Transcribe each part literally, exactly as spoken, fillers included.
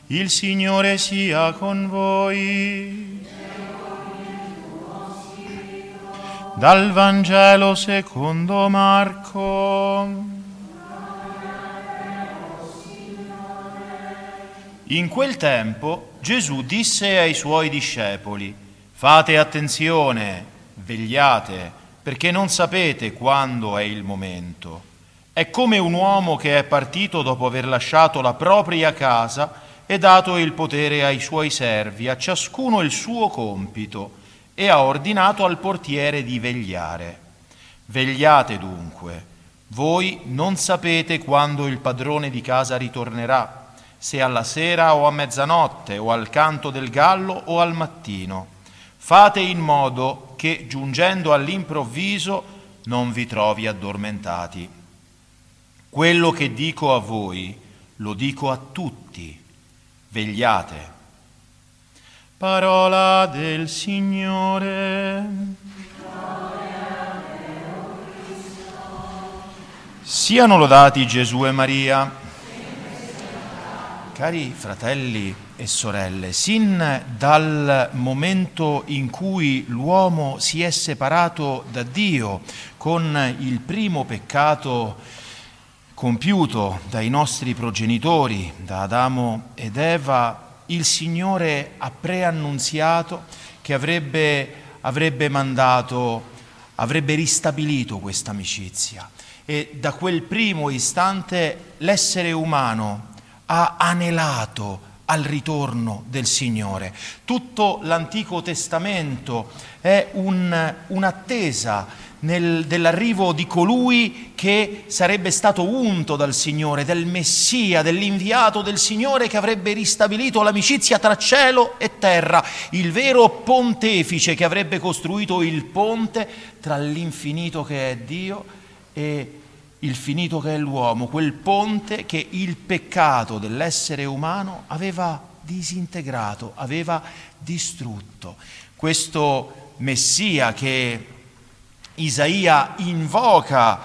Il Signore sia con voi. Dal Vangelo secondo Marco. In quel tempo Gesù disse ai suoi discepoli: fate attenzione, vegliate, perché non sapete quando è il momento. È come un uomo che è partito dopo aver lasciato la propria casa e dato il potere ai suoi servi, a ciascuno il suo compito, e ha ordinato al portiere di vegliare. Vegliate dunque, voi non sapete quando il padrone di casa ritornerà, se alla sera o a mezzanotte o al canto del gallo o al mattino. Fate in modo che, giungendo all'improvviso, non vi trovi addormentati. Quello che dico a voi lo dico a tutti. Vegliate. Parola del Signore. Siano lodati Gesù e Maria. Cari fratelli e sorelle, sin dal momento in cui l'uomo si è separato da Dio con il primo peccato compiuto dai nostri progenitori, da Adamo ed Eva, il Signore ha preannunziato che avrebbe, avrebbe mandato, avrebbe ristabilito questa amicizia. E da quel primo istante l'essere umano ha anelato al ritorno del Signore. Tutto l'Antico Testamento è un, un'attesa nel, dell'arrivo di colui che sarebbe stato unto dal Signore, del Messia, dell'inviato del Signore che avrebbe ristabilito l'amicizia tra cielo e terra, il vero pontefice che avrebbe costruito il ponte tra l'infinito che è Dio e il finito che è l'uomo, quel ponte che il peccato dell'essere umano aveva disintegrato, aveva distrutto. Questo Messia che Isaia invoca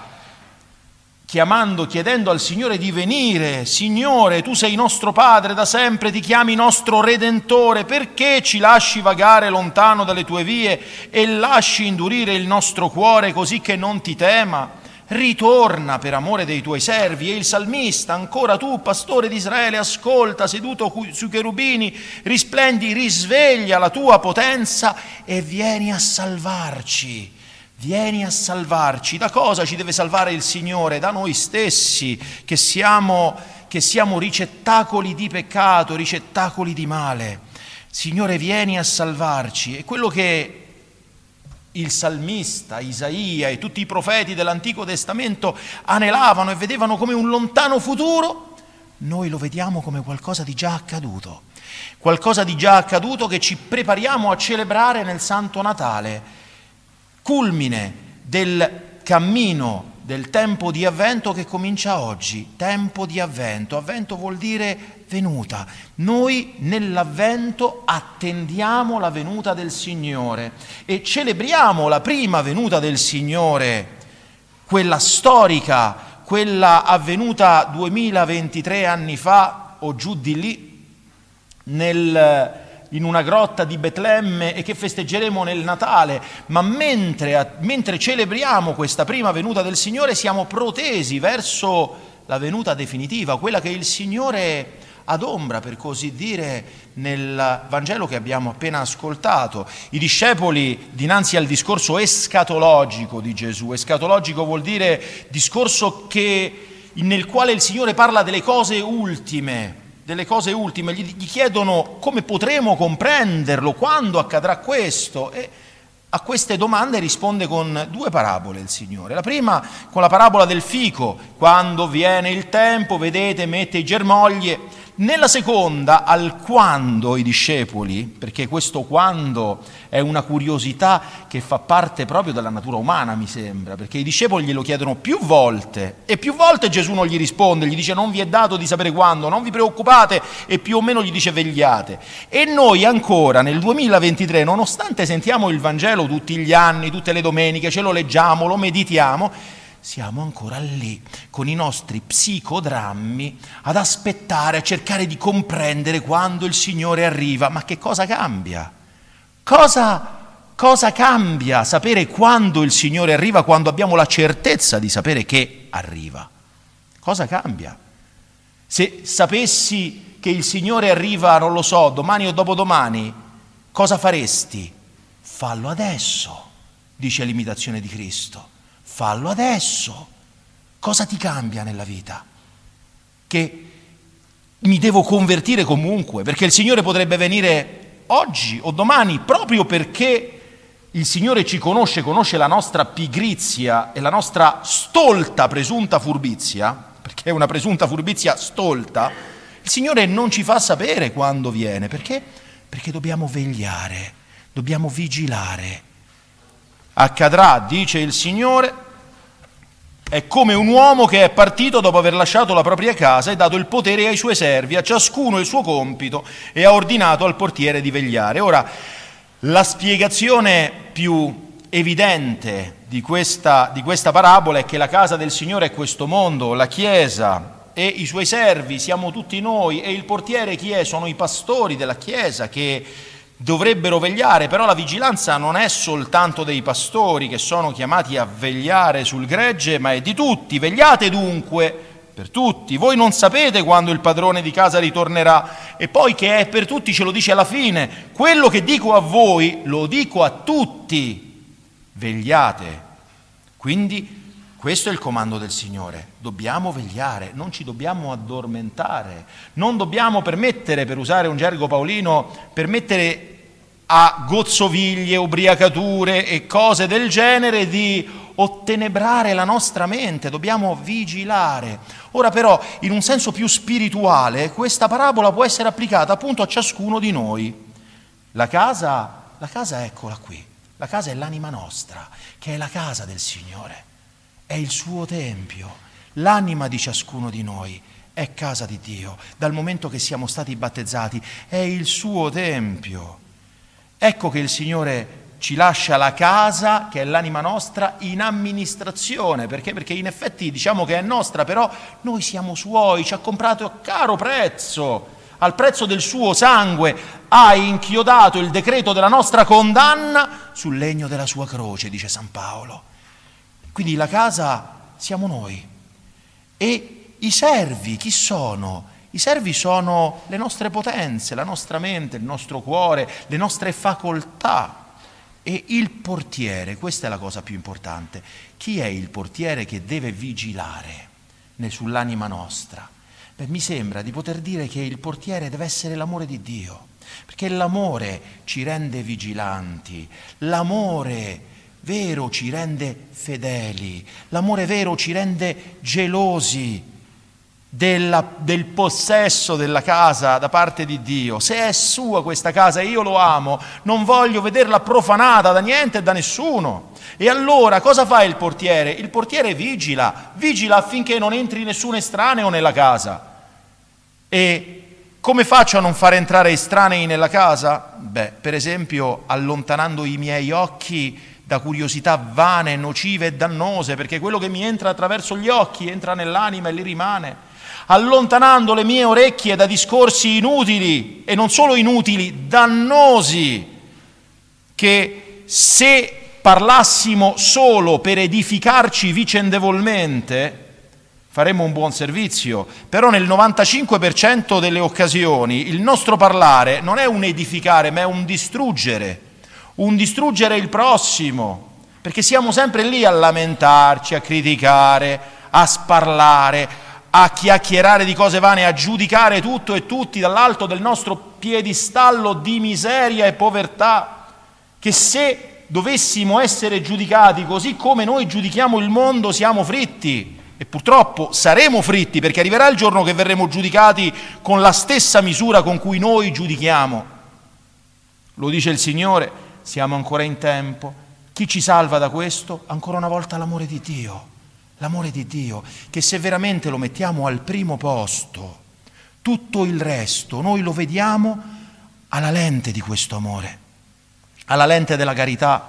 chiamando, chiedendo al Signore di venire: Signore, tu sei nostro Padre, da sempre ti chiami nostro Redentore, perché ci lasci vagare lontano dalle tue vie e lasci indurire il nostro cuore così che non ti tema? Ritorna per amore dei tuoi servi. E il salmista: ancora tu, pastore di Israele, ascolta, seduto sui cherubini, risplendi, risveglia la tua potenza e vieni a salvarci. Vieni a salvarci. Da cosa ci deve salvare il Signore? Da noi stessi, che siamo, che siamo ricettacoli di peccato, ricettacoli di male. Signore, vieni a salvarci. E quello che il salmista, Isaia e tutti i profeti dell'Antico Testamento anelavano e vedevano come un lontano futuro, noi lo vediamo come qualcosa di già accaduto. Qualcosa di già accaduto che ci prepariamo a celebrare nel Santo Natale, culmine del cammino del tempo di Avvento che comincia oggi. Tempo di Avvento. Avvento vuol dire venuta. Noi nell'Avvento attendiamo la venuta del Signore e celebriamo la prima venuta del Signore, quella storica, quella avvenuta duemilaventitré anni fa o giù di lì, nel in una grotta di Betlemme, e che festeggeremo nel Natale. Ma mentre, mentre celebriamo questa prima venuta del Signore, siamo protesi verso la venuta definitiva, quella che il Signore adombra, per così dire, nel Vangelo che abbiamo appena ascoltato. I discepoli, dinanzi al discorso escatologico di Gesù, escatologico vuol dire discorso che, nel quale il Signore parla delle cose ultime, delle cose ultime, gli, gli chiedono come potremo comprenderlo, quando accadrà questo, e a queste domande risponde con due parabole il Signore. La prima con la parabola del fico: quando viene il tempo, vedete, mette i germogli. Nella seconda, al quando i discepoli, perché questo quando è una curiosità che fa parte proprio della natura umana, mi sembra, perché i discepoli glielo chiedono più volte e più volte Gesù non gli risponde, gli dice non vi è dato di sapere quando, non vi preoccupate, e più o meno gli dice vegliate. E noi ancora nel duemilaventitré, nonostante sentiamo il Vangelo tutti gli anni, tutte le domeniche, ce lo leggiamo, lo meditiamo, siamo ancora lì, con i nostri psicodrammi, ad aspettare, a cercare di comprendere quando il Signore arriva. Ma che cosa cambia? Cosa, cosa cambia sapere quando il Signore arriva, quando abbiamo la certezza di sapere che arriva? Cosa cambia? Se sapessi che il Signore arriva, non lo so, domani o dopodomani, cosa faresti? Fallo adesso, dice l'imitazione di Cristo. Fallo adesso. Cosa ti cambia nella vita? Che mi devo convertire comunque, perché il Signore potrebbe venire oggi o domani, proprio perché il Signore ci conosce, conosce la nostra pigrizia e la nostra stolta presunta furbizia, perché è una presunta furbizia stolta. Il Signore non ci fa sapere quando viene, perché? Perché dobbiamo vegliare, dobbiamo vigilare. Accadrà, dice il Signore, è come un uomo che è partito dopo aver lasciato la propria casa e dato il potere ai suoi servi, a ciascuno il suo compito, e ha ordinato al portiere di vegliare. Ora, la spiegazione più evidente di questa, di questa parabola è che la casa del Signore è questo mondo, la Chiesa, e i suoi servi siamo tutti noi, e il portiere chi è? Sono i pastori della Chiesa che dovrebbero vegliare, però la vigilanza non è soltanto dei pastori che sono chiamati a vegliare sul gregge, ma è di tutti. Vegliate dunque per tutti. Voi non sapete quando il padrone di casa ritornerà, e poi che è per tutti ce lo dice alla fine. Quello che dico a voi lo dico a tutti. Vegliate. Quindi questo è il comando del Signore. Dobbiamo vegliare, non ci dobbiamo addormentare, non dobbiamo permettere, per usare un gergo paolino, permettere a gozzoviglie, ubriacature e cose del genere di ottenebrare la nostra mente. Dobbiamo vigilare. Ora però, in un senso più spirituale, questa parabola può essere applicata appunto a ciascuno di noi. La casa, la casa eccola qui, la casa è l'anima nostra, che è la casa del Signore, è il suo tempio. L'anima di ciascuno di noi è casa di Dio, dal momento che siamo stati battezzati, è il suo tempio. Ecco che il Signore ci lascia la casa, che è l'anima nostra, in amministrazione. Perché? Perché in effetti diciamo che è nostra, però noi siamo suoi, ci ha comprato a caro prezzo, al prezzo del suo sangue, ha inchiodato il decreto della nostra condanna sul legno della sua croce, dice San Paolo. Quindi la casa siamo noi. E i servi chi sono? I servi sono le nostre potenze, la nostra mente, il nostro cuore, le nostre facoltà. E il portiere, questa è la cosa più importante. Chi è il portiere che deve vigilare sull'anima nostra? Beh, mi sembra di poter dire che il portiere deve essere l'amore di Dio, perché l'amore ci rende vigilanti, l'amore vero ci rende fedeli, l'amore vero ci rende gelosi Della, del possesso della casa da parte di Dio. Se è sua questa casa e io lo amo, non voglio vederla profanata da niente e da nessuno. E allora cosa fa il portiere? Il portiere vigila, vigila affinché non entri nessun estraneo nella casa. E come faccio a non far entrare estranei nella casa? Beh, per esempio allontanando i miei occhi da curiosità vane, nocive e dannose, perché quello che mi entra attraverso gli occhi entra nell'anima e lì rimane. Allontanando le mie orecchie da discorsi inutili, e non solo inutili, dannosi, che se parlassimo solo per edificarci vicendevolmente faremmo un buon servizio, però nel novantacinque per cento delle occasioni il nostro parlare non è un edificare, ma è un distruggere, un distruggere il prossimo, perché siamo sempre lì a lamentarci, a criticare, a sparlare, a chiacchierare di cose vane, a giudicare tutto e tutti dall'alto del nostro piedistallo di miseria e povertà, che se dovessimo essere giudicati così come noi giudichiamo il mondo siamo fritti, e purtroppo saremo fritti, perché arriverà il giorno che verremo giudicati con la stessa misura con cui noi giudichiamo. Lo dice il Signore, siamo ancora in tempo. Chi ci salva da questo? Ancora una volta l'amore di Dio. L'amore di Dio, che se veramente lo mettiamo al primo posto, tutto il resto noi lo vediamo alla lente di questo amore, alla lente della carità,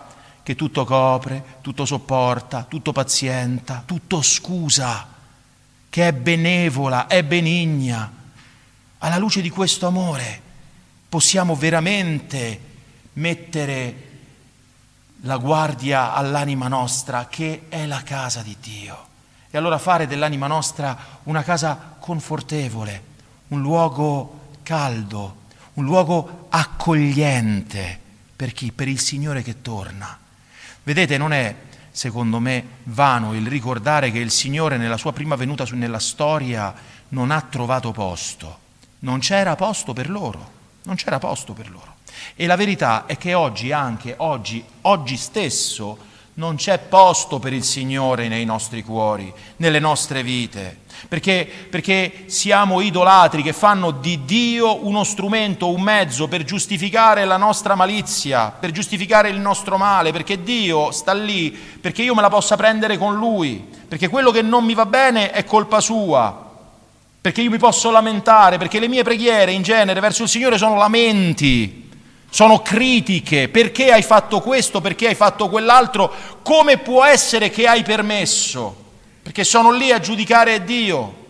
che tutto copre, tutto sopporta, tutto pazienta, tutto scusa, che è benevola, è benigna. Alla luce di questo amore possiamo veramente mettere la guardia all'anima nostra, che è la casa di Dio. E allora fare dell'anima nostra una casa confortevole, un luogo caldo, un luogo accogliente per chi? Per il Signore che torna. Vedete, non è, secondo me, vano il ricordare che il Signore nella sua prima venuta su nella storia non ha trovato posto, non c'era posto per loro, non c'era posto per loro. E la verità è che oggi, anche oggi, oggi stesso, non c'è posto per il Signore nei nostri cuori, nelle nostre vite, perché, perché siamo idolatri che fanno di Dio uno strumento, un mezzo per giustificare la nostra malizia, per giustificare il nostro male, perché Dio sta lì, perché io me la possa prendere con Lui, perché quello che non mi va bene è colpa sua, perché io mi posso lamentare, perché le mie preghiere in genere verso il Signore sono lamenti, sono critiche. Perché hai fatto questo? Perché hai fatto quell'altro? Come può essere che hai permesso? Perché sono lì a giudicare Dio.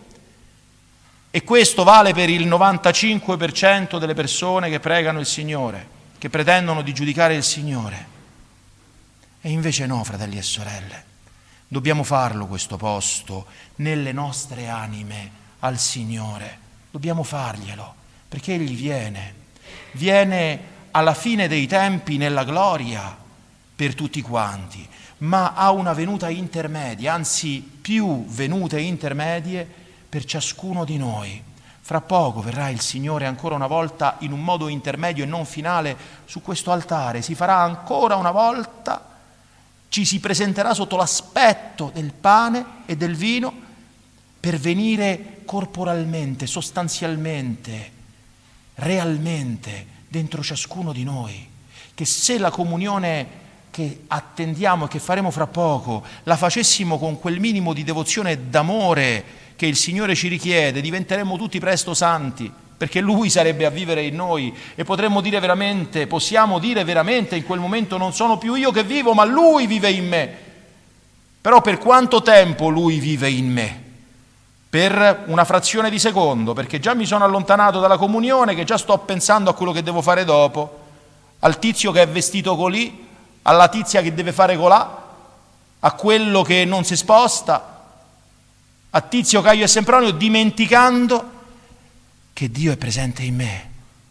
E questo vale per il novantacinque per cento delle persone che pregano il Signore, che pretendono di giudicare il Signore. E invece no, fratelli e sorelle, dobbiamo farlo questo posto nelle nostre anime al Signore. Dobbiamo farglielo, perché Egli viene, viene alla fine dei tempi nella gloria per tutti quanti, ma ha una venuta intermedia, anzi più venute intermedie per ciascuno di noi. Fra poco verrà il Signore ancora una volta in un modo intermedio e non finale su questo altare, si farà ancora una volta, ci si presenterà sotto l'aspetto del pane e del vino per venire corporalmente, sostanzialmente, realmente dentro ciascuno di noi, che se la comunione che attendiamo e che faremo fra poco la facessimo con quel minimo di devozione e d'amore che il Signore ci richiede, diventeremmo tutti presto santi, perché Lui sarebbe a vivere in noi e potremmo dire veramente, possiamo dire veramente in quel momento: non sono più io che vivo, ma Lui vive in me. Però per quanto tempo Lui vive in me? Per una frazione di secondo, perché già mi sono allontanato dalla comunione, che già sto pensando a quello che devo fare dopo, al tizio che è vestito colì, alla tizia che deve fare colà, a quello che non si sposta, a Tizio, Caio e Sempronio, dimenticando che Dio è presente in me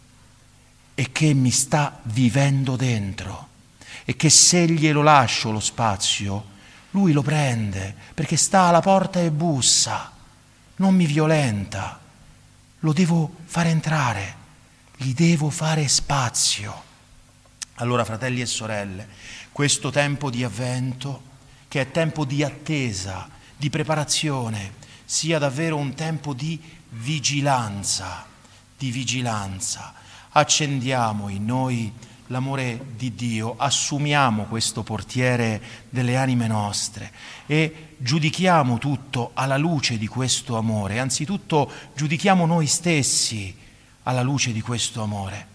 e che mi sta vivendo dentro e che se glielo lascio lo spazio, Lui lo prende, perché sta alla porta e bussa. Non mi violenta, lo devo fare entrare, gli devo fare spazio. Allora, fratelli e sorelle, questo tempo di avvento, che è tempo di attesa, di preparazione, sia davvero un tempo di vigilanza, di vigilanza. Accendiamo in noi l'amore di Dio, assumiamo questo portiere delle anime nostre e giudichiamo tutto alla luce di questo amore. Anzitutto giudichiamo noi stessi alla luce di questo amore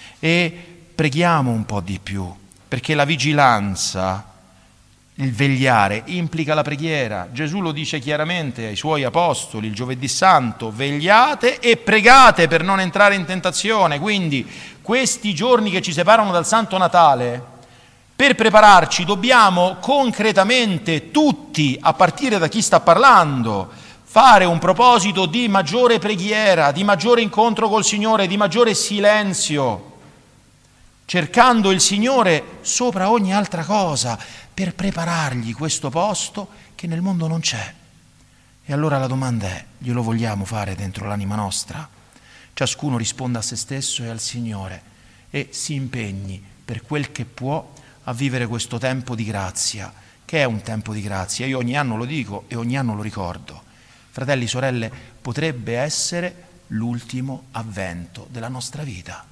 e preghiamo un po' di più, perché la vigilanza, il vegliare, implica la preghiera. Gesù lo dice chiaramente ai Suoi apostoli il giovedì santo: vegliate e pregate per non entrare in tentazione. Quindi questi giorni che ci separano dal Santo Natale, per prepararci dobbiamo concretamente tutti, a partire da chi sta parlando, fare un proposito di maggiore preghiera, di maggiore incontro col Signore, di maggiore silenzio, cercando il Signore sopra ogni altra cosa, per preparargli questo posto che nel mondo non c'è. E allora la domanda è: glielo vogliamo fare dentro l'anima nostra? Ciascuno risponda a se stesso e al Signore e si impegni per quel che può a vivere questo tempo di grazia, che è un tempo di grazia. Io ogni anno lo dico e ogni anno lo ricordo. Fratelli, sorelle, potrebbe essere l'ultimo avvento della nostra vita.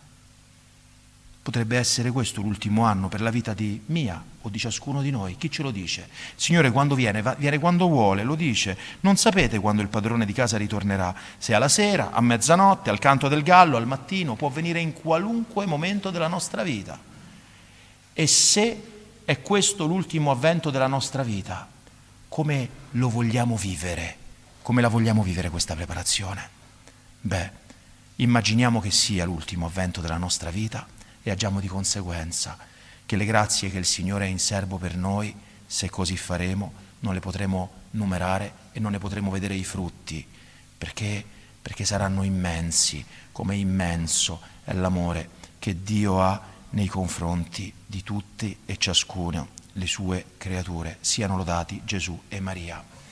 Potrebbe essere questo l'ultimo anno per la vita di mia o di ciascuno di noi. Chi ce lo dice? Il Signore quando viene, va, viene quando vuole, lo dice. Non sapete quando il padrone di casa ritornerà, se alla sera, a mezzanotte, al canto del gallo, al mattino, può venire in qualunque momento della nostra vita. E se è questo l'ultimo avvento della nostra vita, come lo vogliamo vivere? Come la vogliamo vivere questa preparazione? Beh, immaginiamo che sia l'ultimo avvento della nostra vita e agiamo di conseguenza, che le grazie che il Signore ha in serbo per noi, se così faremo, non le potremo numerare e non ne potremo vedere i frutti, perché, perché saranno immensi, come immenso è l'amore che Dio ha nei confronti di tutti e ciascuna le sue creature. Siano lodati Gesù e Maria.